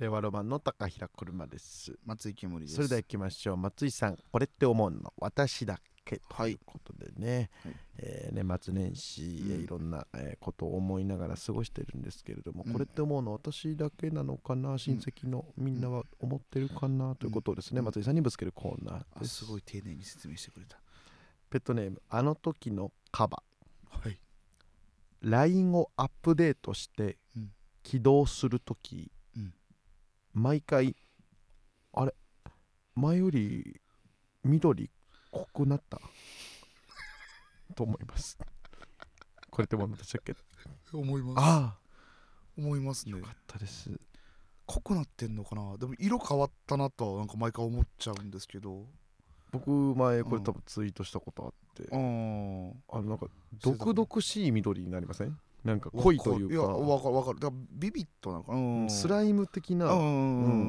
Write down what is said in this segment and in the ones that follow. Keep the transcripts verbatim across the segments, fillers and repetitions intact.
令和ロマンの高平車です。 松井煙です。 それでは行きましょう。松井さん、これって思うの私だけということでね、はいえー、年末年始、うん、いろんな、えー、ことを思いながら過ごしてるんですけれども、うん、これって思うの私だけなのかな、親戚のみんなは思ってるかな、うん、ということをですね、松井さんにぶつけるコーナーです。 すごい丁寧に説明してくれた。 ペットネーム、あの時のカバ。 はい。 ライン をアップデートして起動するとき、うん、毎回あれ前より緑濃くなったと思います。これってものでしたっけ？ 思います。 ああ思いますね。 よかったです。 濃くなってんのかな。でも色変わったなとはなんか毎回思っちゃうんですけど、 僕前これ多分ツイートしたことあって、うん、あのなんか毒々しい緑になりません？なんか濃いというか、いやわかるわかる。だからビビットなのかな、うん、 スライム的な、 うん、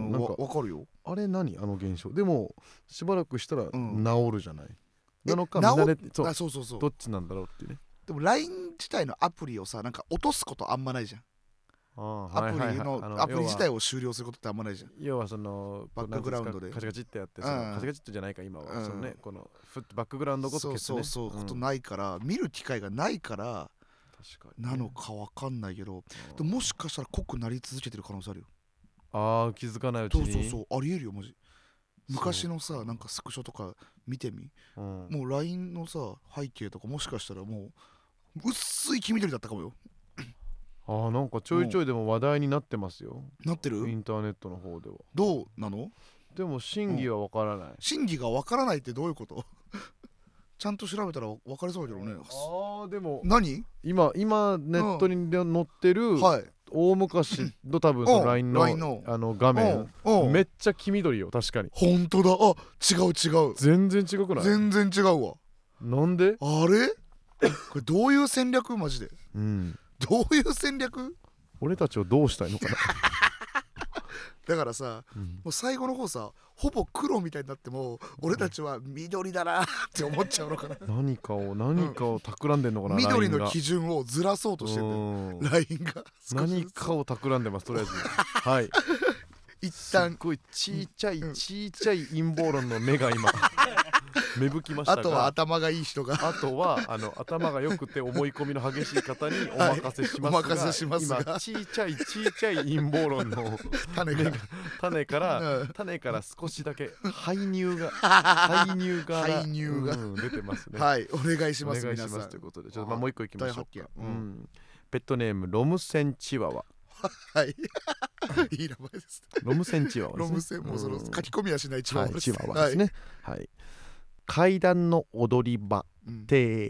なんかわかるよ。 あれ何あの現象。でもしばらくしたら治るじゃない、うん、なのか見慣れて、 そうそうそうそう、 どっちなんだろうっていうね。 でも ライン 自体のアプリをさなんか落とすことあんまないじゃん。 あアプリのアプリ自体を終了することってあんまないじゃん。 要はそのバックグラウンドでカチカチってやってそのカチカチってじゃないか今は、うん、そのねこのバックグラウンドごと消すね、 そうそうそう、うん、ことないから見る機会がないから確かに、ね、 なのかわかんないけど、でもしかしたら濃くなり続けてる可能性あるよ。 ああ気づかないうちに。 そうそうそうありえるよマジ。昔のさなんかスクショとか見てみ、うん、もう ライン のさ背景とかもしかしたらもう薄い黄緑だったかもよ。 ああなんかちょいちょいでも話題になってますよ。 なってる？ インターネットの方では。 どうなの？ でも真偽はわからない、うん、 真偽がわからないってどういうこと？ちゃんと調べたらわかりそうだけどね。 ああでも何？ 今今ネットに載ってる、うんはい、大昔の多分その ライン の, の, あの画面めっちゃ黄緑よ。確かにほんとだ。あ違う違う全然違くない？ 全然違うわ。 なんで？ あれこれどういう戦略マジで、 うん、 どういう戦略？ 俺たちをどうしたいのかなだからさ、うん、もう最後の方さほぼ黒みたいになっても俺たちは緑だなって思っちゃうのかな。 何かを何かを企んでんのかな、うん、 緑の基準をずらそうとしてるんだよ ライン が。 何かを企んでます。とりあえずはい一旦すっごいちっちゃいちっちゃい陰謀論の目が今芽吹きましたが、 あとは頭がいい人があとはあの頭が良くて思い込みの激しい方にお任せしますが、はい、 お任せしますが今ちっちゃいちっちゃい陰謀論の種が種から、うん、種から少しだけ排乳が排乳が排乳が、 うん、出てますね。 はいお願いします。 お願いしますということでちょっとまあもう一個いきましょうか、 うん、 ペットネームロムセンチワワはいいい名前です。 ロムセンチワワですね。 ロムセンもうその書き込みはしないチワワです。 はい、チワワですね。はい、はい、階段の踊り場って、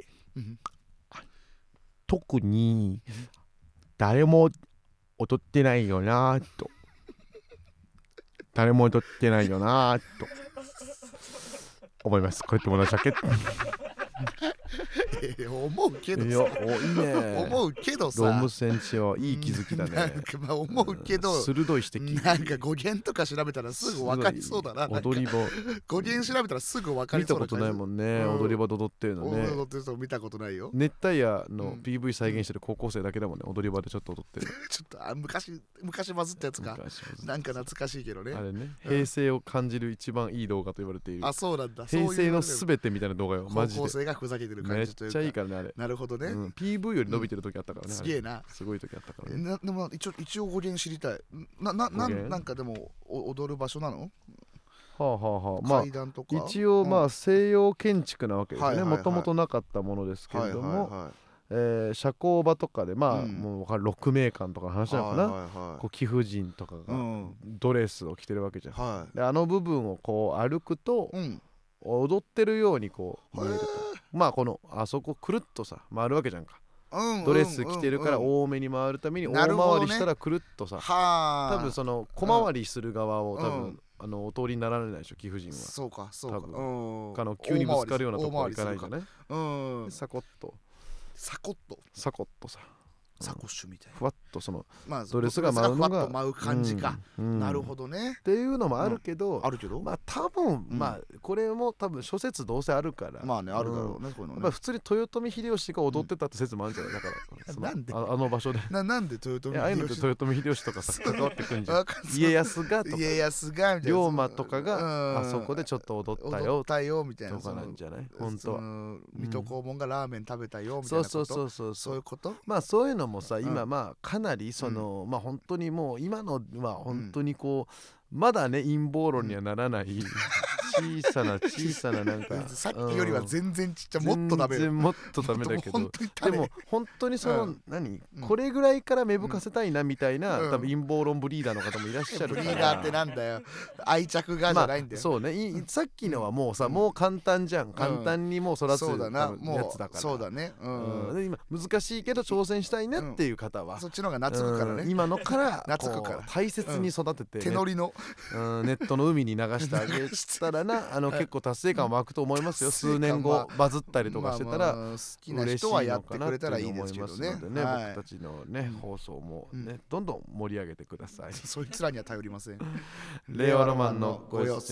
うん、特に誰も踊ってないよなと誰も踊ってないよなと思います。こうやってもらうだけ思うけどさ、いやおいいね思うけどさ、 ロムセンチはいい気づきだね。 なんかまあ思うけど、 うん、鋭い指摘。 なんか語源とか調べたらすぐ分かりそうだな。 踊り場語源調べたらすぐ分かりそうだ。 見たことないもんね、うん、踊り場で踊ってるのね。 踊ってる人見たことないよ。 熱帯夜の ピーブイ 再現してる高校生だけだもんね、踊り場でちょっと踊ってるちょっとあ昔昔バズったやつか。なんか懐かしいけどね。 あれね、平成を感じる一番いい動画と言われている。 あ、そうなんだ。 平成のすべてみたいな動画よ、マジで。 高校生がふざけてる感じというか。 めっちゃいいからねあれ。 なるほどね、 うん、ピーブイ より伸びてる時あったからね、うん、 すげえな。 すごい時あったからね。 なでも一応一応語源知りたい。ななななんかでも踊る場所なの？ はあはあはあ、まあ階段とか一応まあ西洋建築なわけですね。もともとなかったものですけれども、はいはいはい、えー、社交場とかでまあ、うん、もう分かる鹿鳴館とかの話なのかな、はいはいはい、こう貴婦人とかがドレスを着てるわけじゃん、はい、であの部分をこう歩くと、うん、踊ってるようにこう見えると。まあこのあそこくるっとさ回るわけじゃんか、うんうん、ドレス着てるから多めに回るために大回りしたらくるっとさ、ね、多分その小回りする側を多分、うん、あのお通りになられないでしょ貴婦人は。 そうかそうか、 多分、うん、あの急にぶつかるようなとこは行かないじゃない、うん、サコッとサコッとサコッとさサコッシュみたいなふわっとそのまあドレスが舞うのが舞う感じか、うんうん、なるほどねっていうのもあるけど、 うん、あるけどまあ多分、うん、まあこれも多分諸説どうせあるからまあねあるだろうね、うん、こういうのねまあ普通に豊臣秀吉が踊ってたって説もあるんじゃないだからそのなんであ, あの場所でななんで豊臣秀吉ああいうのって豊臣秀吉とかさ関わってくんじゃん家康がとか家康がみたいな龍馬とかがあそこでちょっと踊ったよ踊ったよみたいなとかなんじゃない本当は水戸黄門がラーメン食べたよみたいなことそうそうそうそういうことまあそういうのもさ今まあかなりそのまあ本当にもう今のは本当にこうまだね陰謀論にはならない小さな小さななんかさっきよりは全然ちっちゃもっとダメ全然もっとダメだけどでも本当にその何これぐらいから芽吹かせたいなみたいな多分陰謀論ブリーダーの方もいらっしゃるからブリーダーってなんだよ愛着がじゃないんだよそうねさっきのはもうさもう簡単じゃん簡単にもう育つやつだからそうだね今難しいけど挑戦したいなっていう方はそっちの方が懐くからね今のから懐くから大切に育てて手乗りのネットの海に流してあげたらなあの結構達成感湧くと思いますよ数年後バズったりとかしてたら好きな人はやってくれたらいいですけどね僕たちのね放送もねどんどん盛り上げてくださいそいつらには頼りません令和ロマンのご様子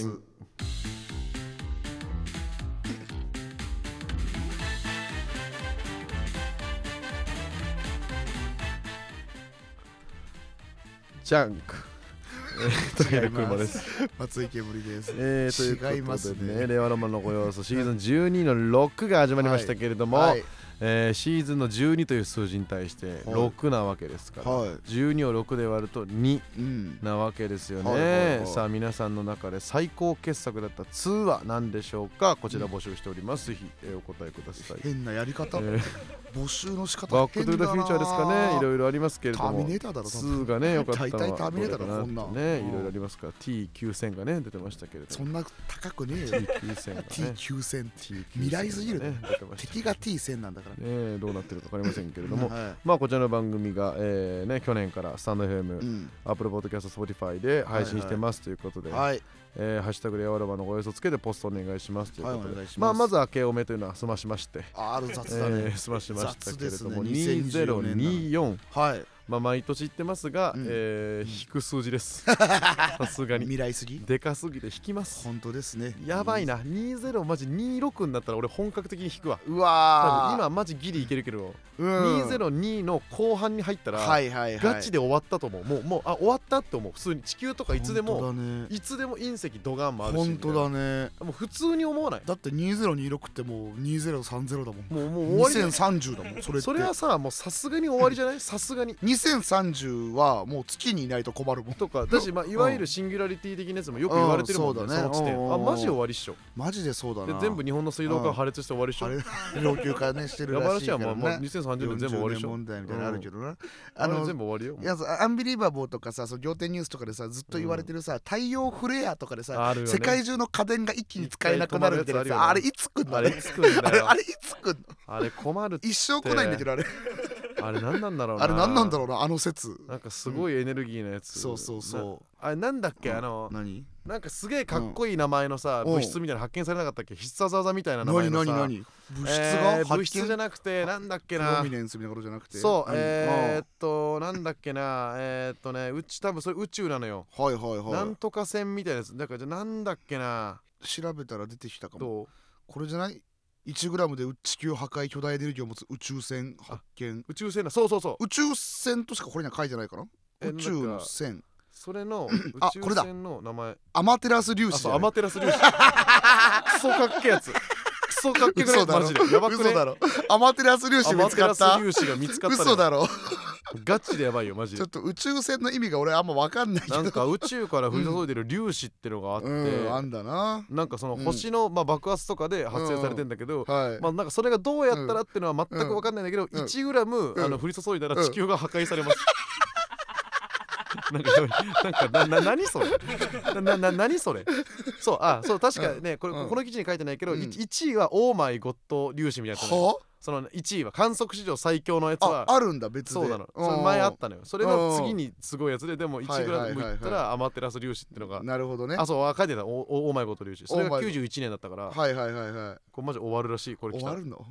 ジャンク違います松井けぶりです、 えー、ということでね令和ロマンのご様子シーズンじゅうにのろくが始まりましたけれども、はいはいえー、シーズンのじゅうにという数字に対してろくなわけですから、はい、じゅうにをろくで割るとになわけですよね、うんはいはいはい、さあ皆さんの中で最高傑作だったツーは何でしょうかこちら募集しております、うん、ぜひ、えー、お答えください変なやり方、えー、募集の仕方バックトゥザフューチャーですかねいろいろありますけれどもターミネーターだろツーがねよかったのは大体ターミネーターだろこんなねいろいろありますから ティーきゅうせん がね出てましたけれどもそんな高くねえよティーきゅうせん がねティーきゅうせん 未来すぎるね敵が ティーせん なんだからねどうなってるか分かりませんけれども、はい、まあこちらの番組が、えーね、去年からスタンド エフエム、うん、Apple Podcast、Spotify で配信してますということで、はいはいえー、ハッシュタグ令和ロマンのご様子をつけてポストお願いしますということで、はい、ま, まあまずは明けおめというのは済ましましてある雑だね、えー、済ましましたけれども、ね、にせんにじゅうよんはいまあ毎年言ってますが、うんえー、引く数字ですさすがに未来すぎでかすぎて引きます本当ですねやばいなにじゅうマジにじゅうろくになったら俺本格的に引くわうわ多分今マジギリいけるけど、うん、にじゅうにの後半に入ったら、はいはいはい、ガチで終わったと思うもうもうあ終わったって思う普通に地球とかいつでも、ね、いつでも隕石ドガンもあるし本当だねもう普通に思わないだってにせんにじゅうろくってもうにせんさんじゅうだもんもうもう終わりにせんさんじゅうだもんそれってそれはさもうさすがに終わりじゃないさすがににせんさんじゅうはもう月にいないと困るもんとかだし、まあ、いわゆるシンギュラリティ的なやつもよく言われてるもんね、うん、その地点あマジ終わりっしょマジでそうだなで全部日本の水道管破裂して終わりっしょ老朽化ねしてるらしいからねやばらしはもうにせんさんじゅうねん全部終わりっしょ問題みたいなのあるけどな、うん、 あの全部終わりよいやアンビリーバボーとかさその仰天ニュースとかでさずっと言われてるさ、うん、太陽フレアとかでさ、ね、世界中の家電が一気に使えなくなるみたいなさ あ, あれいつ来んのあれいつ来んだよあれいつ来んのあれ困るって一生来ないんだけどあれあれ何なんだろうなあれ何なんだろうなあの説なんかすごいエネルギーなやつ、 うん、そうそうそうあれなんだっけ、うん、あの何なんかすげえかっこいい名前のさ、うん、物質みたいな発見されなかったっけ必殺技みたいな名前のさ何何物質が、 えー、物質じゃなくてなんだっけなプロミネンスみたいなことじゃなくてそうえー、っとなんだっけなえー、っとねうち多分それ宇宙なのよはいはいはいなんとか線みたいなやつだからじゃなんだっけな調べたら出てきたかもどうこれじゃないいちグラムで地球破壊巨大エネルギーを持つ宇宙船発見宇宙船だそうそうそう宇宙船としかこれには書いてないかな宇宙の船それの宇宙船の名前アマテラス粒子アマテラス粒子クソかっけえやつクソかっけえやつマジでやばくね嘘だろアマテラス粒子見つかったアマテラス粒子が見つかった嘘だろガチでやばいよマジでちょっと宇宙船の意味が俺あんま分かんないけどなんか宇宙から降り注いでる粒子ってのがあって、 うん、あんだななんかその星の、まあ、爆発とかで発生されてんだけど、うんはいまあ、なんかそれがどうやったらっていうのは全く分かんないんだけど、うん、いちグラム、うん、あの降り注いだら地球が破壊されます、うん、なんかなんかなな何それなな何それそうあそう確かねこれ、うん、この記事に書いてないけど、うん、いちいはオーマイゴッド粒子みたいなはそのいちいは観測史上最強のやつはあ, あるんだ別でそうなのそれ前あったのよそれの次にすごいやつででもいちグラムいったらアマテラス粒子っていうのがなるほどねあそう書いてたオーマイゴッド粒子それがきゅうじゅういちねんだったからはいはいはいはいこれマジ終わるらしいこれ来た終わるの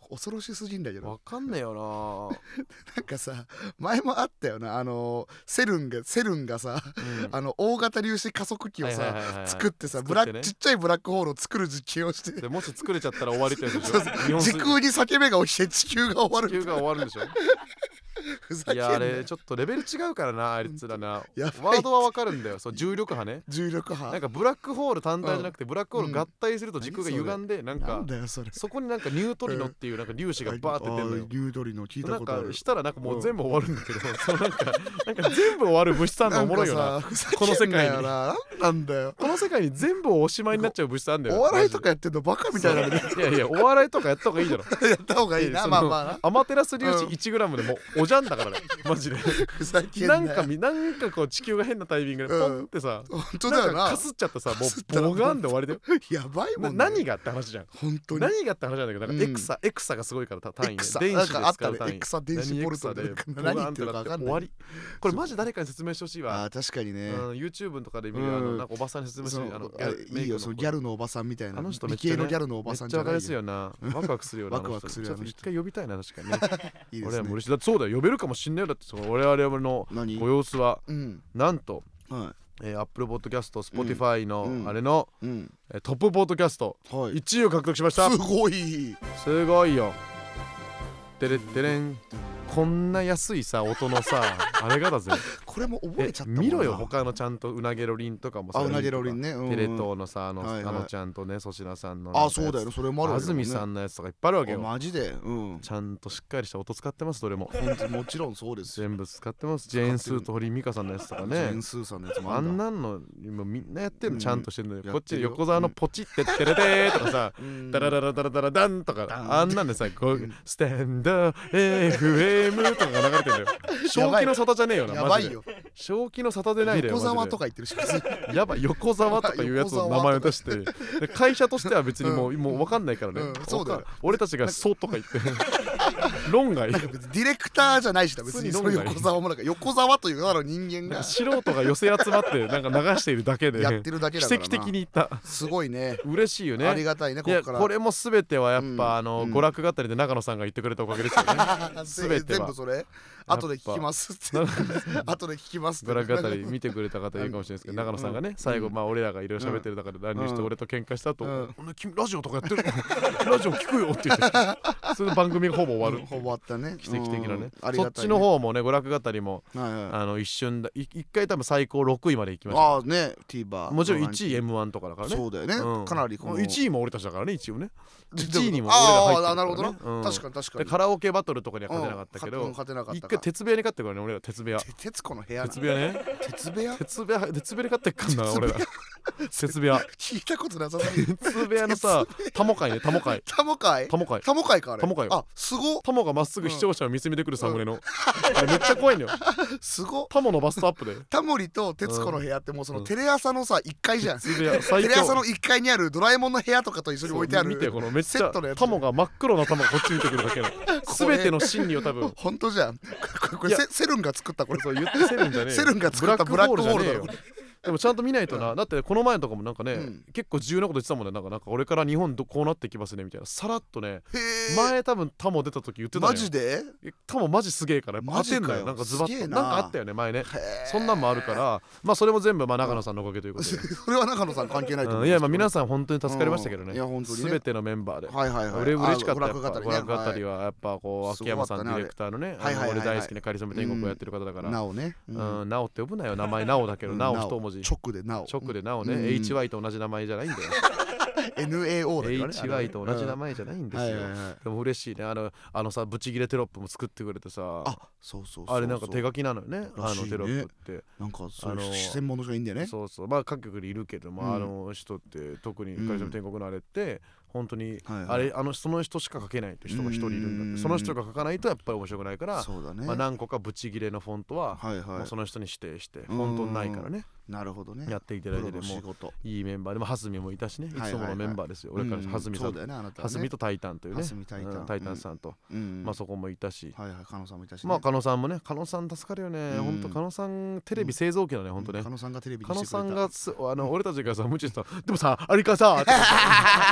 恐ろしすぎんだけど。 わかんねえよな。 なんかさ前もあったよな、あのセルンがセルンがさ、うん、あの大型粒子加速器をさ、はいはいはいはい、作ってさ、ブラッ、ね、ちっちゃいブラックホールを作る実験をして、 でもし作れちゃったら終わりってやつでしょ。 時空に裂け目が落ちて地球が終わる。 地球が終わるんでしょ。 ふざけんな。 いやあれちょっとレベル違うからな、あいつらな。ワードはわかるんだよ。そう重力波ね。 重力波。 なんかブラックホール単体じゃなくて、うん、ブラックホール合体すると時空が歪んで、 うん、 なんかなんだよそれ。 そこになんかニュートリノっていうなんか粒子がバーって出るのよ。 ニュートリノ聞いたことある。 なんかしたらなんかもう全部終わるんだけど、うん、そのなんかなんか全部終わる物質あんのおもろいよな。この世界に。 なんだよ。 この世界に全部おしまいになっちゃう物質あんだよ。 お笑いとかやってんのバカみたいなね。 いやいやお笑いとかやった方がいいだろ。 やった方がいいな。まあまあ。 アマテラス粒子いちグラムでもうおじゃんだからね。マジで。 ふざけんなよ。 なんかなんかこう地球が変なタイミングでポンってさ、 本当だよな。 かすっちゃったさ、もうボガンで終わりだよ。 やばいもんね。 何がって話じゃん。 本当に。 何がって話なんだけど、なんかエクサエクサがすごいから単位で電子で使う単位。 エクサ電子ボルトで何言ってるか分かんない。終わり。 これマジ誰かに説明してほしいわ。 あ確かにね。 YouTube とかで見るあのなんかおばさんに説明して、あのいいよ、そのギャルのおばさんみたいな。 あの人美形のギャルのおばさんじゃないよ。 めっちゃわかりやすいよな。ワクワクするよな。 ワクワクするよな。 一回呼びたいな確かに。俺はもう嬉しい。だってそうだよ、呼べるかもしんないよ。だってその我々のご様子はなんと。えー、Apple Podcast、Spotify の、うん、あれの、うんえー、トップポッドキャスト、はい、いちいを獲得しました。 すごいすごいよ。てれってれん。こんな安いさ音のさあれがだぜ。 これも覚えちゃったもんな。 見ろよ他のちゃんとうなげろりんとかもさ、 あうなげろりんね、うん、 テレ東のさあの、はいはい、あのちゃんとね粗品さんのあそうだよそれもあるわけ、 ね、安住さんのやつとかいっぱいあるわけよ。 マジで、うん、 ちゃんとしっかりした音使ってます。どれも本当もちろんそうです全部使ってます。ジェーンスーと堀井美香さんのやつとかね、 ジェーンスーさんのやつもあんなんの今みんなやってるのちゃんとしてるのよ、うん、こっち横澤のポチってってれてーとかさ、うん、ダラダラダラダラダンとかあんなんでさこうスタンド エフエム とかが流れてるんだよ。正気の沙汰じゃねえよな。 やばいよ。 正気の沙汰でないでよ。 横沢とか言ってるし。 やばい横沢とかいうやつの名前を出してで会社としては別にもう、うん、もう分かんないからね、うん、 そうだよ。 俺たちがそうとか言って論外。 なんか別にディレクターじゃないしな別にその横沢もなんか横沢というあの人間が素人が寄せ集まってなんか流しているだけでやってるだけだからな。 奇跡的にいった。 すごいね。 嬉しいよね。 ありがたいね。ここからこれも全てはやっぱあの娯楽語りで長野さんが言ってくれたおかげですよね。全ては全部それ後で聞きます後で聞きます娯楽語り見てくれた方いるかもしれないですけど、長野さんがね最後まあ俺らがいろいろ喋ってる中で乱入して俺と喧嘩した後、君ラジオとかやってるラジオ聞くよって言ってその番組がほぼ終わる。 ほぼ終わったね。 奇跡的なね。そっちの方もね娯楽語りもあの一瞬だ一回多分最高ろくいまで行きました。 ああね TVer もちろんいちい エムワン とかだからね。 そうだよね。かなりいちいも俺たちだからね一応ね。いちいにも俺ら入ってるからね。 ああなるほどな。確かに確かに。 カラオケバトルとかには勝てなかったけど一回鉄部屋に勝ってからね俺ら鉄部屋。 徹子の部屋。 鉄部屋ね。 鉄部屋。 鉄部屋鉄部屋に勝ってっかんな俺ら。鉄部屋。 聞いたことなさすぎる。 鉄部屋のさタモ会ねタモ会。 タモ会。 タモ会。 タモ会かあれ。 タモ会。 あすご。 タモがまっすぐ視聴者を見つめてくるサムネの。あれめっちゃ怖いんだよ。 すご。 タモのバストアップで。 タモリと徹子の部屋ってもうそのテレ朝のさいっかいじゃん。テレ朝のいっかいにあるドラえもんの部屋とかと一緒に置いてある。 見てこのめっちゃタモが真っ黒なタモがこっち見てくるだけの。全ての真理を多分。 本当じゃん。これセルンが作ったこれ。 そう言ってセルンじゃねえよ。 セルンが作ったブラックホールだよ。 でもちゃんと見ないとな。だってこの前とかもなんかね、うん、結構重要なこと言ってたもんね。なんかなんか俺から日本どこうなってきますねみたいなさらっとね。前多分タモ出た時言ってたね。 マジで？ タモマジすげえからやっぱ当てんだよ。なんかズバッとなんかあったよね前ね。そんなんもあるからまあそれも全部まあ長野さんのおかげということで。 それは長野さん関係ないと思う。 いやまあ皆さん本当に助かりましたけどね。 いや本当にね。 全てのメンバーで。 はいはいはい。 俺嬉しかったやっぱ娯楽語りはやっぱこう秋山さんディレクターのね。俺大好きなカリスマ天国をやってる方だから。 なおね。 なおって呼ぶなよ名前なおだけどなお一文字。 直でなお。 直でなおね、うん、エイチワイ と同じ名前じゃないんだよエヌエーオー だからねエイチワイ と同じ名前じゃないんですよ、でも嬉しいね。あのあのさブチギレテロップも作ってくれてさあそうそうそうあれなんか手書きなのよねあのテロップってなんかそういう専門の人がいいんだよね。 そうそうまあ各局にいるけども、うん、あの人って特にカリスマ天国のあれって本当に、はいはい、あれあのその人しか書けないって人が一人いるんだって。その人が書かないとやっぱり面白くないから、 そうだね、 まあ、何個かブチギレのフォントは、はいはい、もうその人に指定してフォントないからね。 なるほどね。 やっていただいてでもいいメンバーでも蓮見もいたしね、いつものメンバーですよ。俺から蓮見さん、蓮見とタイタンというね、タイタンさんとまあそこもいたし、 はいはい加野さんもいたし、 まあ加野さんもね、加野さん助かるよね。本当加野さんテレビ製造機だね本当ね。 加野さんがテレビ加野さんがあの俺たちがさ無知したでもさあれかさ俺が言ってさ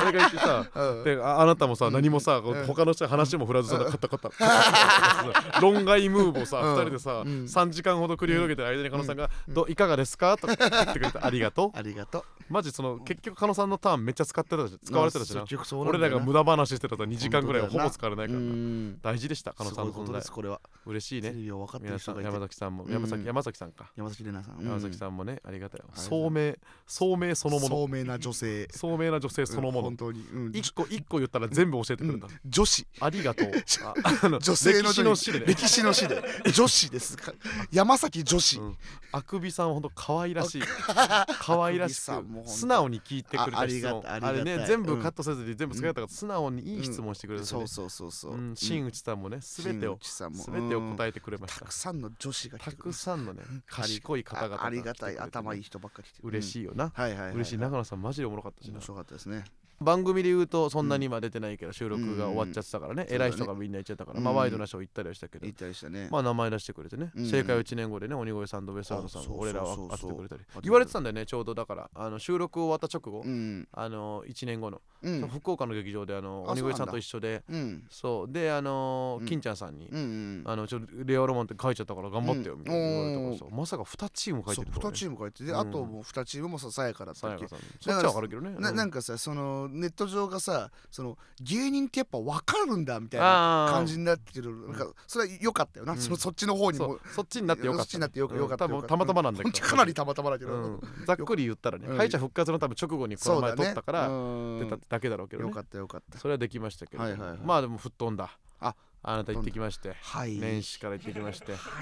さで あ, あなたもさ何もさ、うん、他の人が話も振らずさカタカタ論外ムーブをさ、うん、ふたりでさ、うん、さんじかんほど繰り広げてる間に狩野さんが、うん、どいかがですかとか言ってくれてありがとうありがとう。 マジその結局狩野さんのターンめっちゃ使ってたし使われてたしな、俺らが無駄話してたらにじかんぐらいはほぼ使われないからな。大事でした狩野さんの存在。 これは嬉しいね。皆さん山崎さんも山崎山崎さんか山崎怜奈さん山崎さんもねありがたいよ。聡明聡明そのもの聡明な女性聡明な女性そのもの、 本当に一個一個言ったら全部教えてくれた。 女子ありがとう。 女性の歴史の詩で歴史の詩で女子ですか。山崎女子。 あくびさん本当可愛らしい可愛らしく素直に聞いてくれた質問あれね全部カットせずに全部使い方が素直にいい質問してくれた。 そうそうそうそう。 新内さんもね全てを全てを答えてくれました。 たくさんの女子がたくさんのね賢い方々 ありがたい頭いい人ばっかり来て嬉しいよな。嬉しい。長野さんマジでおもろかったしな。 面白かったですね。 番組で言うとそんなに今出てないけど収録が終わっちゃってたからね、偉い人がみんな行っちゃったからまあワイドなショー行ったりはしたけど、まあ名前出してくれてね、正解はいちねんごでね鬼越さんとウエストランドさん俺らを当ててくれたり言われてたんだよね。ちょうどだからあの収録終わった直後あのいちねんごの福岡の劇場であの鬼越さんと一緒でそうであの金ちゃんさんにあのちょっとレアロマンって書いちゃったから頑張ってよみたいな言われたからさ、まさかにチーム書いてるとかね。 にチーム書いてであともうにチームもささやかだったっけ。 そっちはわかるけどね。 なんかさそのネット上がさその芸人ってやっぱ分かるんだみたいな感じになってる。なんかそれは良かったよな、うん、そのそっちの方にもそっちになってよかった。そっちになってよかった。多分たまたまなんだけどかなりたまたまだけど、 うん、ざっくり言ったらね、うん、敗者復活の多分直後にこの前撮ったから出ただけだろうけどね。 よかったよかった。 それはできましたけど、はいはいはい、まあでも吹っ飛んだ。ああなた行ってきまして、はい、年始から行ってきまして、はい、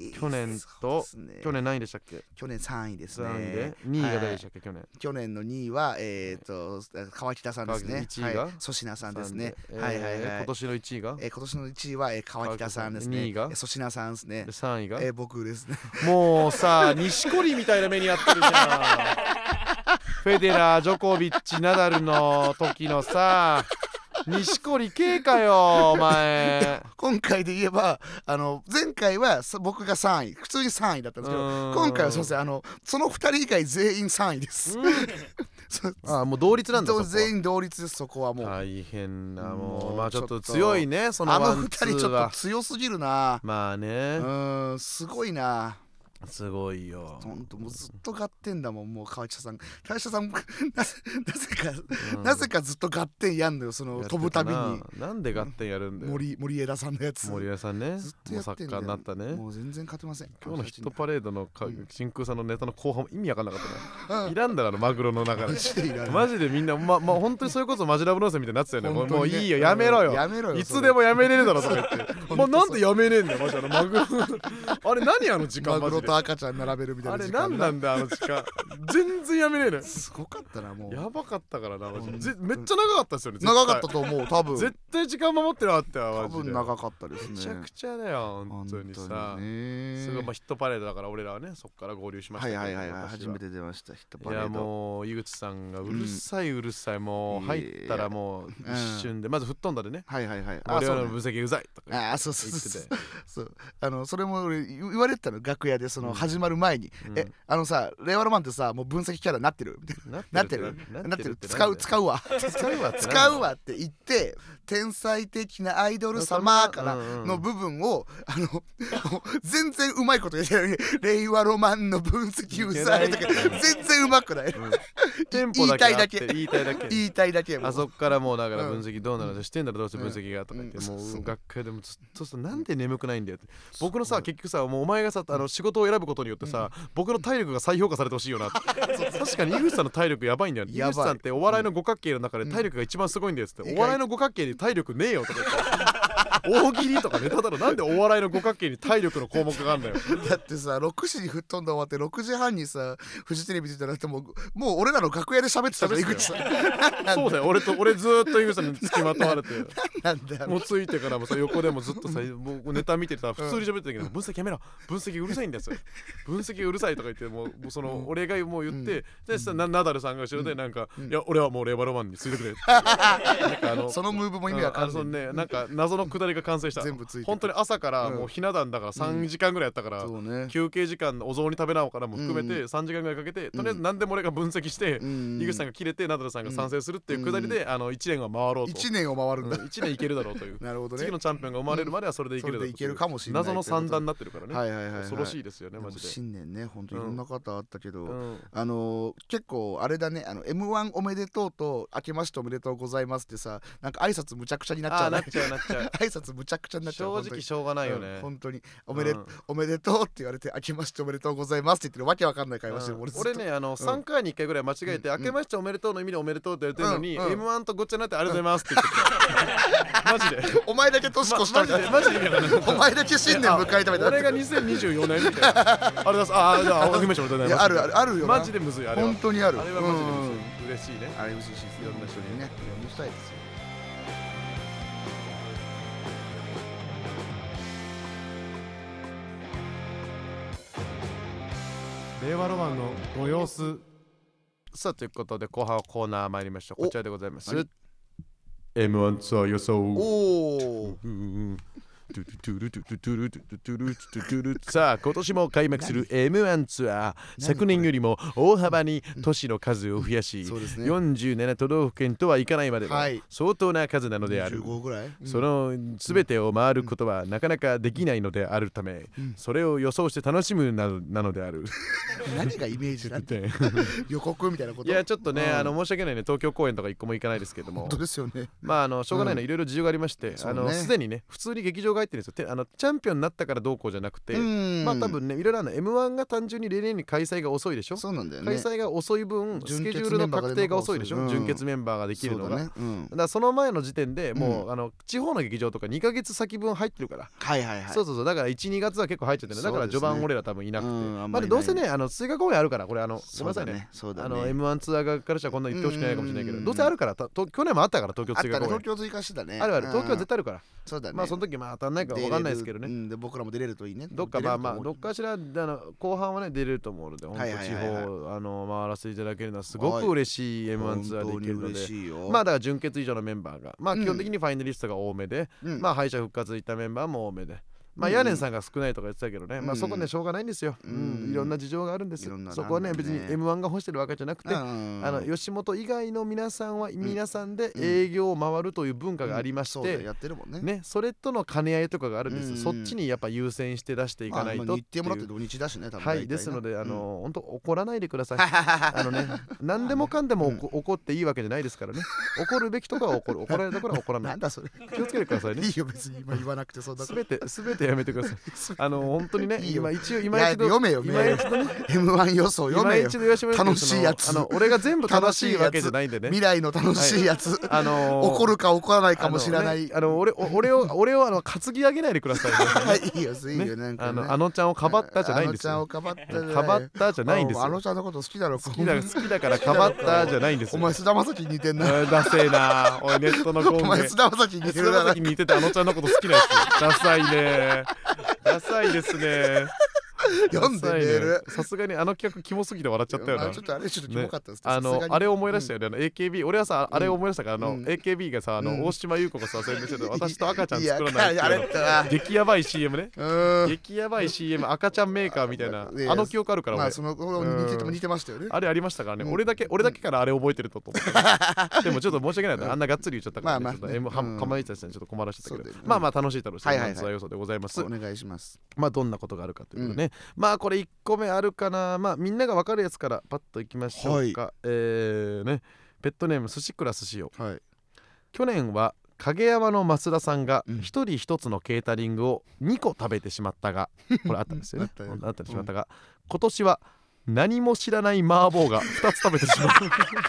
去年と、ね、去年何位でしたっけ。 去年さんいですね。 さんいでにいが誰でしたっけ、はい、去年去年のにいはえっ、ー、と川北さんですね。 いちいが粗品さんですね。 えー、はいはいはい。今年のいちいが、 えー、今年のいちいは、えー、川北さんですね。 にいが粗品さんですね。 さんいが、 えー、僕ですね。 もうさ錦織みたいな目にやってるじゃんフェデラージョコビッチナダルの時のさ錦織圭かよお前。 今回で言えばあの前回は僕がさんい普通にさんいだったんですけど、今回はそうですね、あのそのふたり以外全員さんいです。 ああもう同率なんだ。 全員同率です。そこはもう大変な。もうまあちょっと強いねそのワンツーは。あのふたりちょっと強すぎるな。 まあねうんすごいな。 すごいよ。 ほんともうずっと合点だもん。もう川北さん川北さんなぜなぜか、うん、なぜかずっと合点やんのよ。その飛ぶたびになんで合点やるんだよ。 森森枝さんのやつ。 森枝さんねずっとやってんだよ。もう作家になったね。 もう全然勝てません。 今日のヒットパレードのか、うん、真空さんのネタの後半も意味わかんなかったね。いらんだろあのマグロの中でマジでみんなまま本当にそれこそマジラブノーセみたいになってたよね。もうもういいよやめろよ。 やめろよ。 いつでもやめれるだろとか言ってもうなんでやめねえんだよマジあのマグロあれ何あの時間マグロと赤ちゃん並べるみたいな時間。 あれ何なんだあの時間全然やめねえのよ。 すごかったなもう。 やばかったからなマジで。めっちゃ長かったですよね。 長かったと思う多分。 絶対時間守ってなかったよマジで。 多分長かったですね。 めちゃくちゃだよ本当にさ。すごいまあヒットパレードだから俺らはねそっから合流しましたけど。 はいはいはい初めて出ましたヒットパレード。 いやもう井口さんがうるさいうるさい。もう入ったらもう一瞬でまず吹っ飛んだでね。 はいはいはい。 我々の分析うざいとか言ってて。あそうそうそうそうあのそれも俺言われてたの楽屋でその始まる前にえあのさ令和ロマンってさもう分析キャラなってるみたいな。なってるなってる使う使うわ使うわ使うわって言って天才的なアイドル様からの部分をあの全然うまいこと言ってない令和ロマンの分析うざいとか全然うまくない。 テンポだけ言いたいだけ言いたいだけ言いたいだけ。 あそっからもうだから分析どうなのしてんだろどうせ分析がとか言ってもう学会でもずっとさなんで眠くないんだよって。僕のさ結局さもうお前がさあの仕事を選ぶことによってさ僕の体力が再評価されてほしいよなって。確かに井口さんの体力やばいんだよ。井口さんってお笑いの五角形の中で体力が一番すごいんだよってお笑いの五角形に体力ねえよとか言って大喜利とかネタだろ。なんでお笑いの五角形に体力の項目があるんだよ。 だってさろくじに吹っ飛んで終わってろくじはんにさフジテレビ出たらってもうもう俺らの楽屋で喋ってたじゃん井口さん。 そうだよ俺と俺ずっと井口さんに付きまとわれてなんだよもうついてからもさ横でもずっとさもうネタ見てたら普通に喋ってたけど分析やめろ分析うるさいんですよ分析がうるさいとか言ってもうその俺がもう言ってでさナダルさんが後ろでなんかいや俺はもう令和ロマンについてくれなんかあのそのムーブも意味わかんない。 なんか謎のくだりが完成した。 全部ついて本当に朝からもうひな壇だからさんじかんぐらいやったから、うんね、休憩時間お雑煮食べなおからも含めてさんじかんぐらいかけて、うん、とりあえず何でも俺が分析して、うん、井口さんが切れてナダルさんが賛成するっていうくだりで、うん、あのいちねんは回ろうと。 いちねんを回るんだ、 うん、いちねんいけるだろうというなるほど、ね、 次のチャンピオンが生まれるまではそれでいけるだろうという、 それでいけるかもしれない謎の三段になってるからね、 はいはいはいはい、 恐ろしいですよねマジで。 新年ね本当いろんな方あったけど、 うん、 あのー、結構あれだね、あの エムワン おめでとうと明けましておめでとうございますってさ、なんか挨拶むちゃくちゃになっちゃう、ね、 なっちゃうなっちゃう挨拶むちゃくちゃになっちゃう。 正直しょうがないよね、 うん、本当におめで、うん、おめでとうって言われて明けましておめでとうございますって言ってるわけわかんない会話してる、うん、俺, 俺ねあの、うん、さんかいにいっかいぐらい間違えて、うん、明けましておめでとうの意味でおめでとうって言われてるのに、うんうん、エムワン とごっちゃになってありがとうございますって言ってたマジでお前だけ年越したみたいな、 マジでマジでお前だけ新年迎えたみたいな、 俺がにせんにじゅうよねんみたいなあれだすあじゃあおめでとうございます。 あるあるあるよな、 マジでむずいあれは。 本当にある。 あれはマジでむずい、嬉しいね。 あれ嬉しいし、いろんな人にね読みしたいですよ。 令和ロマンのご様子。さあということで後半はコーナー参りましょう。こちらでございます。エムワン ツアー予想。おーさあ今年も開幕する エムワン ツアー、昨年よりも大幅に都市の数を増やし、ね、よんじゅうなな都道府県とはいかないまでの相当な数なのである、 じゅうごぐらい、 その全てを回ることはなかなかできないのであるため、うん、それを予想して楽しむな の, なのである何がイメージだって予告みたいなこと。 いやちょっとね、うん、あの申し訳ないね、東京公演とか一個も行かないですけども、 本当ですよね。 まああのしょうがないの、いろいろ事情がありまして、あのすでにね普通に劇場が入ってるんですよ。あのチャンピオンになったからどうこうじゃなくて、まあ多分ねいろいろあるの エムワン が単純に例年に開催が遅いでしょ。 そうなんだよね。 開催が遅い分スケジュールの確定が遅いでしょ、うん、準決メンバーができるのが、ねうん、だからその前の時点でもう、うん、あの地方の劇場とかにかげつ先分入ってるから、 はいはいはい、 そうそうそう、だからいち、にがつは結構入っちゃってる、だから序盤俺ら多分いなくて、うん、まあどうせねあの追加公演あるから、これあのごめんなさいね、そうだね、あの エムワン ツアー側からしたらこんな言ってほしくないかもしれないけど、どうせあるから、去年もあったから東京追加公演、 東京追加してたね、 あるある、東京は絶対あるから、 そうだね、 まあその時まあ当たんないか分かんないですけどね、 うん、で僕らも出れるといいね。 どっかまあまあどっかしらあの後半はね出れると思うので、本当地方あの回らせていただけるのはすごく嬉しい エムワン ツアーで行けるので、まあだから準決以上のメンバーがまあ基本的にファイナリストが多めで、まあ敗者復活いったメンバーも多めで、まあヤネンさんが少ないとか言ってたけどね、まあそこねしょうがないんですよ、いろんな事情があるんです。そこはね別に エムワン が欲してるわけじゃなくて、あの吉本以外の皆さんは皆さんで営業を回るという文化がありまして、ねそれとの兼ね合いとかがあるんです。そっちにやっぱ優先して出していかないとっていう。日程もらって土日だしね、多分。はいですのであの本当怒らないでください。あのね何でもかんでも怒っていいわけじゃないですからね。怒るべきとかは怒る、怒られたから怒らない。なんだそれ。気をつけてくださいね。いいよ別に今言わなくてそんな。すべてすべてやめてください。あの本当にね、今一応今一度読めよ、今一度ね エムワン 予想読めよ、楽しいやつ、 あの俺が全部正しいわけじゃないんでね、 未来の楽しいやつ、あの怒るか怒らないかもしれない、 あの俺俺を俺をあの担ぎ上げないでください。 はいいいよいいよ、なんかあのあのちゃんをかばったじゃないんですよ。 あのちゃんをかばったかばったじゃないんですよ。 あのちゃんのこと好きだろ、 好きだ好きだからかばったじゃないんですよ。 お前菅田将暉に似てんな。 ダセえな、おいネットのゴンゲ、 お前菅田将暉に似てるな。 菅田将暉に似ててあのちゃんのこと好きなやつ、ダサいね、ダサいですね。 読んでメール、 さすがにあの企画キモすぎて笑っちゃったよな。 ちょっとあれちょっとキモかったです。 あのあれ思い出したよね、あの エーケービー、俺はさあれ思い出したから、あの エーケービー がさ、あの大島優子がさ宣伝してて、私と赤ちゃん作らないって激ヤバい シーエム ね、激ヤバい シーエム 赤ちゃんメーカーみたいな、あの記憶あるから俺、 その頃似てても似てましたよね。 あれありましたからね、俺だけ俺だけからあれ覚えてると思って、でもちょっと申し訳ない、あんながっつり言っちゃったから、ちょっと M かまいたちさんちょっと困らせちゃったけど、まあまあ楽しい楽しいツアー予想でございます。 お願いします。 まあどんなことがあるかということね、まあこれいっこめあるかな、まあみんなが分かるやつからパッといきましょうか。はい、えーね、ペットネーム寿司クラスしよう、はい、去年は影山の増田さんが一人一つのケータリングをにこ食べてしまったが、これあったんですよねあったりしまったが、今年は何も知らない麻婆がふたつ食べてしまった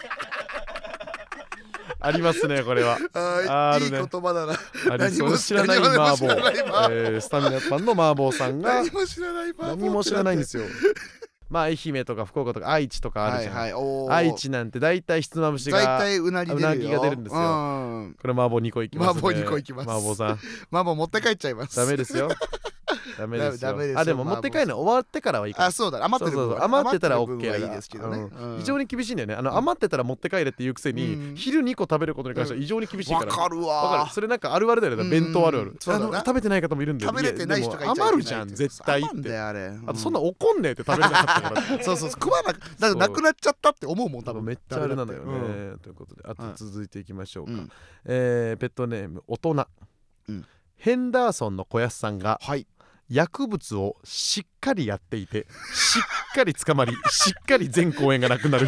ありますね、これは。 あいい言葉だな。 ありそう、知らない麻婆、えー、スタミナパンの麻婆さんが何も知らない麻婆、 何も知らないんですよ。まあ愛媛とか福岡とか愛知とかあるじゃん、はいはい、愛知なんて大体ひつまぶしが大体うなぎ出るよ、うなぎが出るんですよ、うん、これ麻婆にこいきますね。 麻婆にこいきます。 麻婆さん麻婆持って帰っちゃいます。 ダメですよダメですよ。 ダメですよあでも持って帰るの終わってからはいいから。 あそうだ余ってる分そうそう余ってたら余って OK る分はいいですけどね、 うんうん非常に厳しいんだよね。あの余ってたら持って帰れっていうくせに、 うん、 昼にこ食べることに関しては異常に厳しいから。 わかるわわかる。それなんかあるあるだよね、 うん弁当あるある。 そうだなあの食べてない方もいるんで、 食べれてない人がいちゃいけない余るじゃん絶対っ余んだて。 よあれ、うんあとそんな怒んねえって食べれなかったからそうそう食わなくだからなくなっちゃったって思うもん多分めっちゃあれなのよね、 うんということであと続いていきましょうか、 うんえーペットネーム大人、 うん、 ヘンダーソンの小安さんが、 はい薬物をしっかりやっていてしっかり捕まりしっかり全公演がなくなる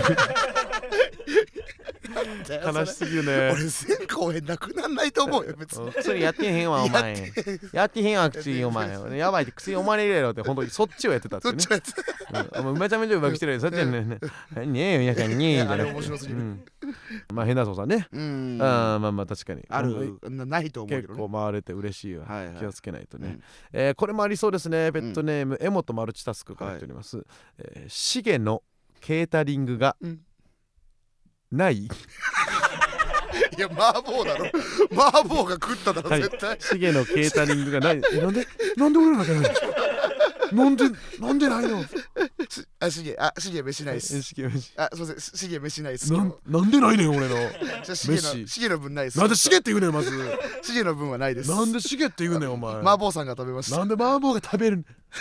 悲しすぎるね。 俺全公演なくなんないと思うよ別に薬やってへんわお前やってへんわ薬お前やばいって薬お前入れろって本当にそっちをやってたってね。 そっちやつうん、めちゃめちゃうまくしてるよそっちやねねねえ皆さんにえじゃなくて面白すぎる、うん、 まあヘンダーソンさんね、 うんあまあまあ確かにあるないと思うけど、ね、 結構回れて嬉しいわ、 はいはい、 気をつけないとね、 うん、 えー、これもありそうですね。ペットネーム、うん、エモとマルチタスクからやっております、はい、えー、シゲのケータリングが、うん、ないいや麻婆だろ麻婆が食っただろ、はい、絶対シゲのケータリングがないえなんでなんで俺らだけないなんでなんでないのあシゲあシゲ飯ないっすシゲ飯あすいませんシゲ飯ないっすななんでないねん俺のシゲのシゲの分ないっすなんでシゲって言うねんまずシゲの分はないですなんでシゲって言うねんお前麻婆さんが食べましたなんで麻婆が食べる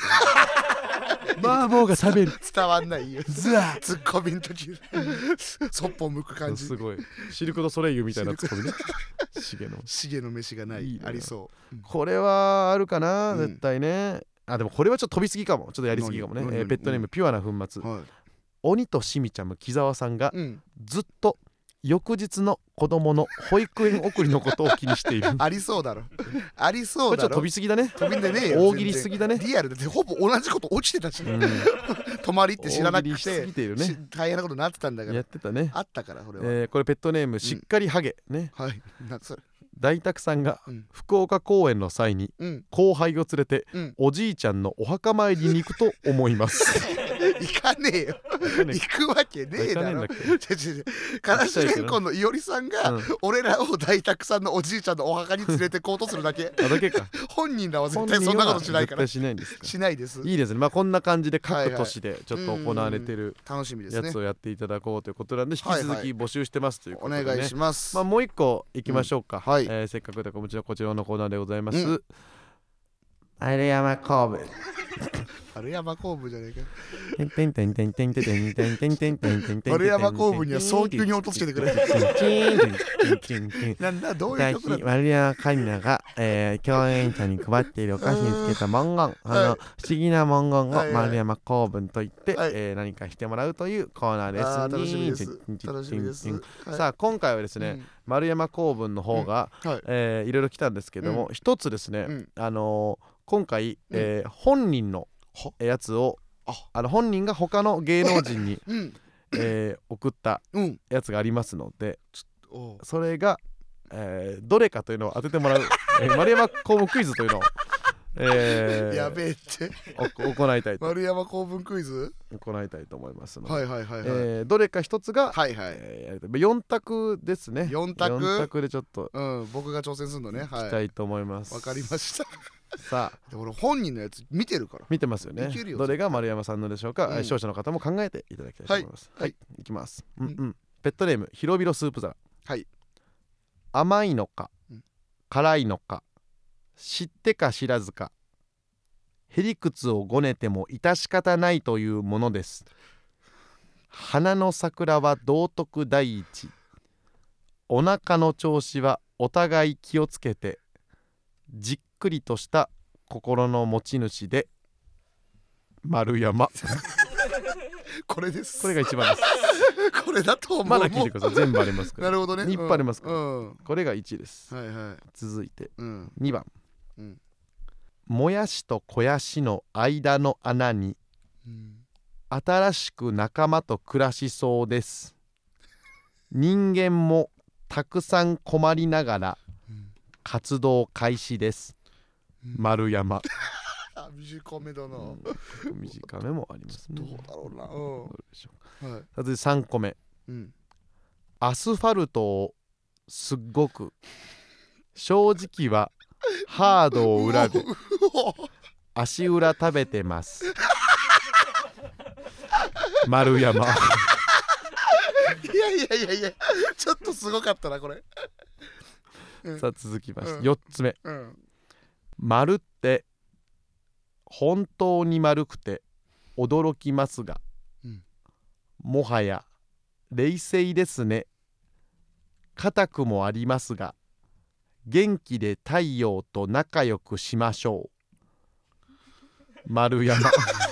麻婆が食べる伝わんないよずわツッコミの時そっぽ向く感じすごいシルク・ドゥ・ソレイユみたいなツッコミねシゲのシゲの飯がない、いいありそう、 うん、これはあるかな、 うん、 絶対ね。あでもこれはちょっと飛びすぎかもちょっとやりすぎかもね、えー、ペットネームピュアな粉末、はい、鬼としみちゃむ木澤さんが、うん、ずっと翌日の子供の保育園送りのことを気にしているありそうだろありそうだろこれちょっと飛びすぎだね飛びんでねえよ大喜利すぎだねリアルでほぼ同じこと落ちてたし、うん、泊まりって知らなくてすぎている、ね、 大変なことになってたんだからやってたねあったからこれは、 えー、これペットネームしっかりハゲ、うん、ねはいなそれ大沢さんが福岡公演の際に後輩を連れておじいちゃんのお墓参りに行くと思います行かねえよ行くわけねえだろからしれんこんのいおりさんが俺らを大沢さんのおじいちゃんのお墓に連れてこうとするだけだけか本人らは絶対そんなことしないからしないんですかしないですいいですねまあこんな感じで各都市でちょっと行われてる楽しみですねやつをやっていただこうということなんで引き続き募集してますということでお願いしますまあもう一個いきましょうかえー、せっかくだからもちろんこちらのコーナーでございます、うん、丸山公文丸山公文じゃねえか丸山公文には早急に落とつけてくれなんだどういう曲なの丸山桂里奈が、えー、共演者に配っているお菓子につけた文言あの、はい、不思議な文言を丸山公文と言って、はいえー、何かしてもらうというコーナーです。 あ楽しみです楽しみです、 はい、さあ今回はですね、うん丸山公文の方が、うんはいえー、いろいろ来たんですけども、うん、一つですね、うん、あのー、今回、えー、本人のやつをあの本人が他の芸能人に、うんえー、送ったやつがありますので、うん、それが、えー、どれかというのを当ててもらう、えー、丸山公文クイズというのをえー、 やべえって行いたいと丸山公文クイズ行いたいと思いますので、 はいはいはいはいえー、どれか一つが、 はいはいえー、よん択ですねよん択よん択でちょっと、 うん、僕が挑戦するのねはいしたいと思いますわかりましたさあ俺本人のやつ見てるから見てますよねよどれが丸山さんのでしょうか、うん、視聴者の方も考えていただきたいと思いますはい、はい、いきます、うんうん、ペットネーム広々スープ皿はい甘いのか、うん、辛いのか知ってか知らずかへりくつをごねても致し方ないというものです。花の桜は道徳第一。お腹の調子はお互い気をつけて。じっくりとした心の持ち主で丸山これですこれが一番ですこれだと思うまだ聞いてください全部ありますからなるほどねいっぱいありますから、 うん、 これがいちいです、 はいはい、 続いて、 うん、 にばん、 うん、 もやしと肥やしの間の穴に、うん、新しく仲間と暮らしそうです人間もたくさん困りながら活動開始です、うん、丸山短めだな、うん、 短めもありますねどうだろうな、うん、どうでしょう、はい、 続いてさんこめ、うん、アスファルトをすっごく正直はハードを裏で足裏食べてます丸山いやいやいやいやちょっとすごかったなこれ、 うん、さあ続きまして、うん、よっつめ、うん、丸って本当に丸くて驚きますが、うん、もはや冷静ですね。硬くもありますが元気で太陽と仲良くしましょう丸山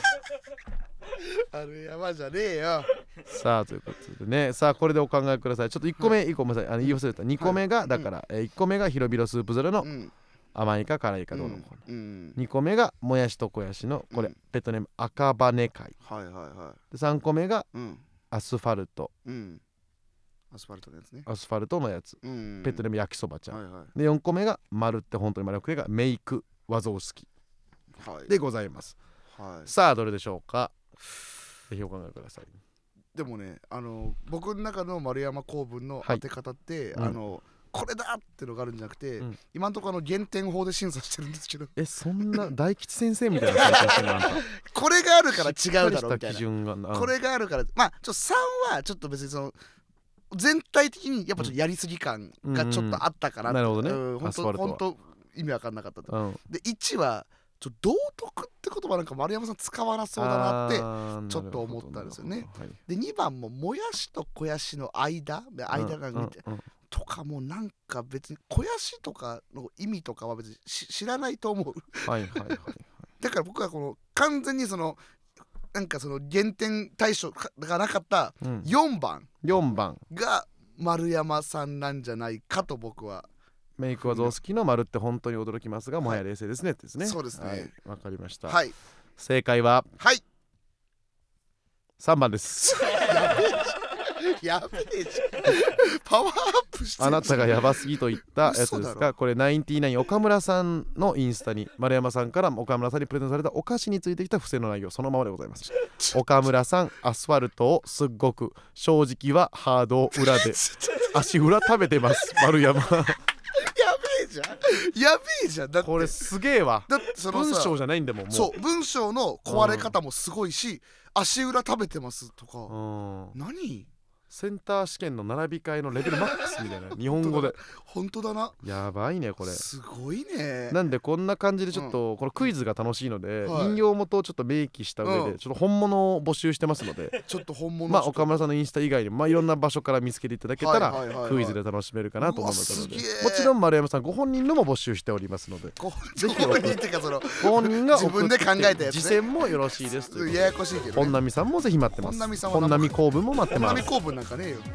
丸山じゃねえよ。 さあということでね、さあこれでお考えください。ちょっといっこめ、いっこめあの言い忘れたにこめが、はい、だから、うん、いっこめが広々スープ皿の、うん、甘いか辛いかどうのこうの、うん、にこめがもやしとこやしのこれ、うん、ペットネーム赤羽貝、はいはいはい、でさんこめが、うん、アスファルト、うん、 アスファルトのやつね、 アスファルトのやつ、うん、ペットネーム焼きそばちゃん、はいはい、でよんこめが丸って本当に丸くてがメイク和蔵好き、はい、でございます、はい、さあどれでしょうか。ぜひお考えください。 でもね、あの僕の中の丸山公文の当て方って、はい、あの、うん、これだってのがあるんじゃなくて、うん、今のところ減点法で審査してるんですけど、 えそんな大吉先生みたいな審査してるのこれがあるから違うだろうみたいな、 がこれがあるからまあちょさんはちょっと別にその全体的にやっぱちょっとやりすぎ感がちょっとあったかなって、 なるほどね、 うん、本当本当意味わかんなかったと、うん、でいちはちょ道徳って言葉なんか丸山さん使わなそうだなってちょっと思ったんですよね、はい、でにばんももやしと肥やしの間間が見て、うんうんうん、とかもなんか別に肥やしとかの意味とかは別に知らないと思うはいはいはい、はい、だから僕はこの完全にそのなんかその減点対象がなかったよんばん、 うん、よんばんが丸山さんなんじゃないかと僕は。 メイクは雑式の丸って本当に驚きますが、もはや冷静ですねってですね。 そうですね。 わ、はい、かりました。 はい。 正解ははいさんばんです。 やべえじゃん。パワーアップしてる。 あなたがやばすぎと言ったやつですが、これナインティナイン岡村さんのインスタに丸山さんから岡村さんにプレゼントされたお菓子についてきた不正の内容そのままでございます。岡村さんアスファルトをすっごく正直はハードを裏で足裏食べてます丸山。 やべえじゃんやべえじゃん。だってこれすげえわ。 だってその文章じゃないんだもん。もうそう文章の壊れ方もすごいし、うん、足裏食べてますとか、うん、何センター試験の並び替えのレベルマックスみたいな日本語で本当だな。 やばいねこれ。 すごいね。 なんでこんな感じでちょっと、うん、このクイズが楽しいので、はい、引用元をちょっと明記した上で、うん、ちょっと本物を募集してますのでちょっと本物まあ岡村さんのインスタ以外にも、まあ、いろんな場所から見つけていただけたら、はいはいはいはい、クイズで楽しめるかなと思いますので、もちろん丸山さんご本人のも募集しておりますので、 ご本人ってかそのご本人が自分で考えたやつ、ね、 次戦もよろしいですという。 ややこしいけど、ね、 本並さんもぜひ待ってます。本並公文も待ってます。 本並公文なんかねえよ。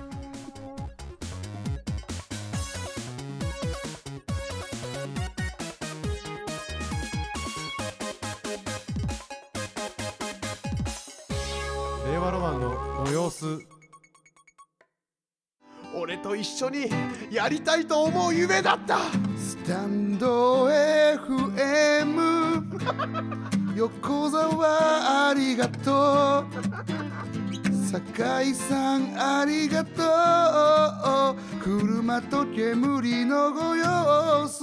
令和ロマンのご様子。俺と一緒にやりたいと思う夢だった。 スタンド エフエム 横澤ありがとう、酒井さんありがとう、車と煙のご様子。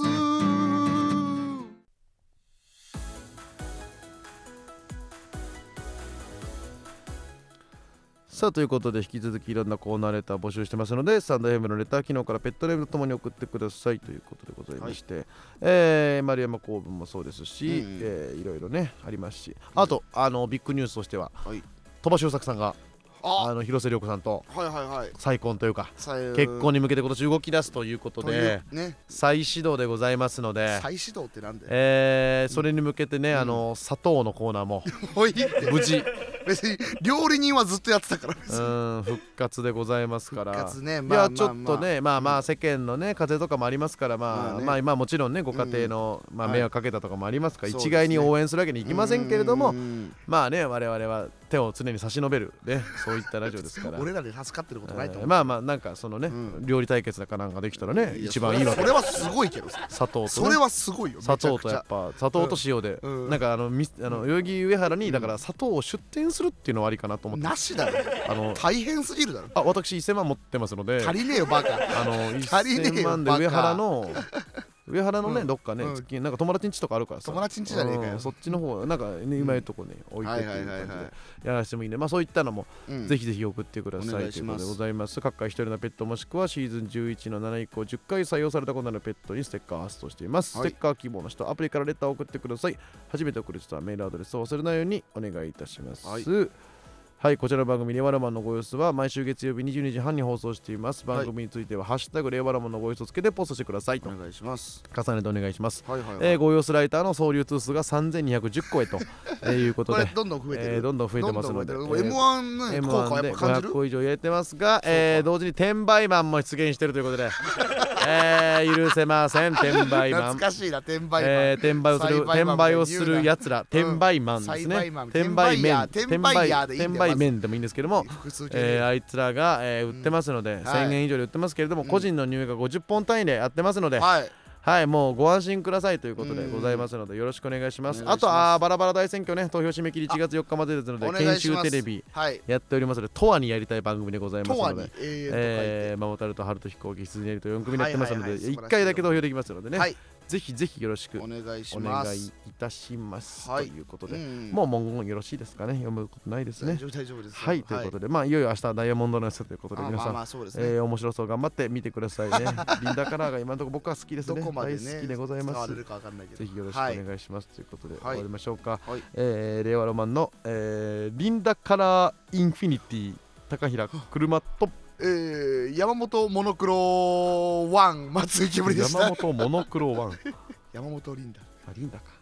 さあということで引き続きいろんなコーナーレター募集してますので、スタンド エフエム のレター機能からペットネームとともに送ってくださいということでございまして、はい、えー、丸山公文もそうですし、うん、えー、いろいろねありますし、あとあのビッグニュースとしては、はい、鳥羽周作さんがあの広瀬涼子さんと再婚というか結婚に向けて今年動き出すということで再始動でございますので、 再始動ってなんだよ、 えー、それに向けてね、あの砂糖のコーナーも無事別に料理人はずっとやってたから、 うん復活でございますから、 復活ね、 いやちょっとねまあまあ世間のね風とかもありますから、まあまあ今もちろんねご家庭のまあ迷惑かけたとかもありますから一概に応援するわけにいきませんけれども、まあね我々は手を常に差し伸べるねそういったラジオですから俺らで助かってることないと思う、 えー、まあまあなんかそのね、うん、料理対決だかなんかできたらね一番いいわけ。 それはすごいけどさ砂糖と、ね、 それはすごいよ。 砂糖とやっぱ砂糖と塩で、うん、なんかあのみあの代々木上原にだから砂糖を出店するっていうのはありかなと思って、 なしだろあの大変すぎるだろ。 あ私せんまん持ってますので足りねえよバカ。 あのせんまんで上原の上原のね、 うん、 どっかね、 うん月なんか友達ん家とかあるからさ、 友達ん家じゃねえかよ、 うん、そっちの方なんかね、うまいとこね、置いてっていう感じでやらせてもいいんで、まあそういったのも、うん、ぜひぜひ送ってくださいということでございます。各回一人のペットもしくはシーズンじゅういちのなな以降じゅっかい採用されたことのあるペットにステッカー発送しています、はい、ステッカー希望の人アプリからレターを送ってください。初めて送る人はメールアドレスを忘れないようにお願いいたします。はい、はい、こちらの番組レワラマンのご様子は毎週月曜日にじゅうにじはんに放送しています。番組については、はい、ハッシュタグレワラマンのご様子をつけてポストしてくださいと。 お願いします。 重ねてお願いします。はいはいはい、えー、ご様子ライターの総流通数がさんぜんにひゃくじゅっこへと、えー、いうことでこれどんどん増えてる、 えー、どんどん増えてますので、えー、 エムワン の効果はやっぱ感じる。 ごひゃっこ以上入れてますが、えー、同時に転売マンも出現しているということでえー、許せません。転売マン懐かしいな、転売マン、 えー、転売をする転売をするやつら、転売マンですね、転売面転売転売面でもいいんですけども、えー、あいつらが、えー、売ってますので、うん、せんえん以上で売ってますけれども、うん、個人の入荷がごじゅっぽん単位でやってますので、はいはい、もうご安心くださいということでございますのでよろしくお願いします。あとあバラバラ大選挙ね、投票締め切りいちがつよっかまでですので、研修テレビやっておりますので、とわにやりたい番組でございますので、えー、マモタルと春と飛行機羊ネリとよん組でやってますので、いっかいだけ投票できますのでね、はい、ぜひぜひよろしくお願いします。お願いいたします、はい、ということで、うん、もう文言よろしいですかね。読むことないですね。 大丈夫大丈夫です。 はい、ということで、まあいよいよ明日ダイヤモンドのやつということで、皆さん、まあまあね、えー、面白そう頑張って見てくださいね。リンダカラーが今のところ僕は好きですね。どこまでね、大好きでございます。ぜひよろしくお願いします、はい、ということで、はい、終わりましょうか。はい、えー、令和ロマンの、えー、リンダカラーインフィニティ高平車とえー、山本モノクロワン松井きぶりでした。 山本モノクロワン山本リンダあリンダか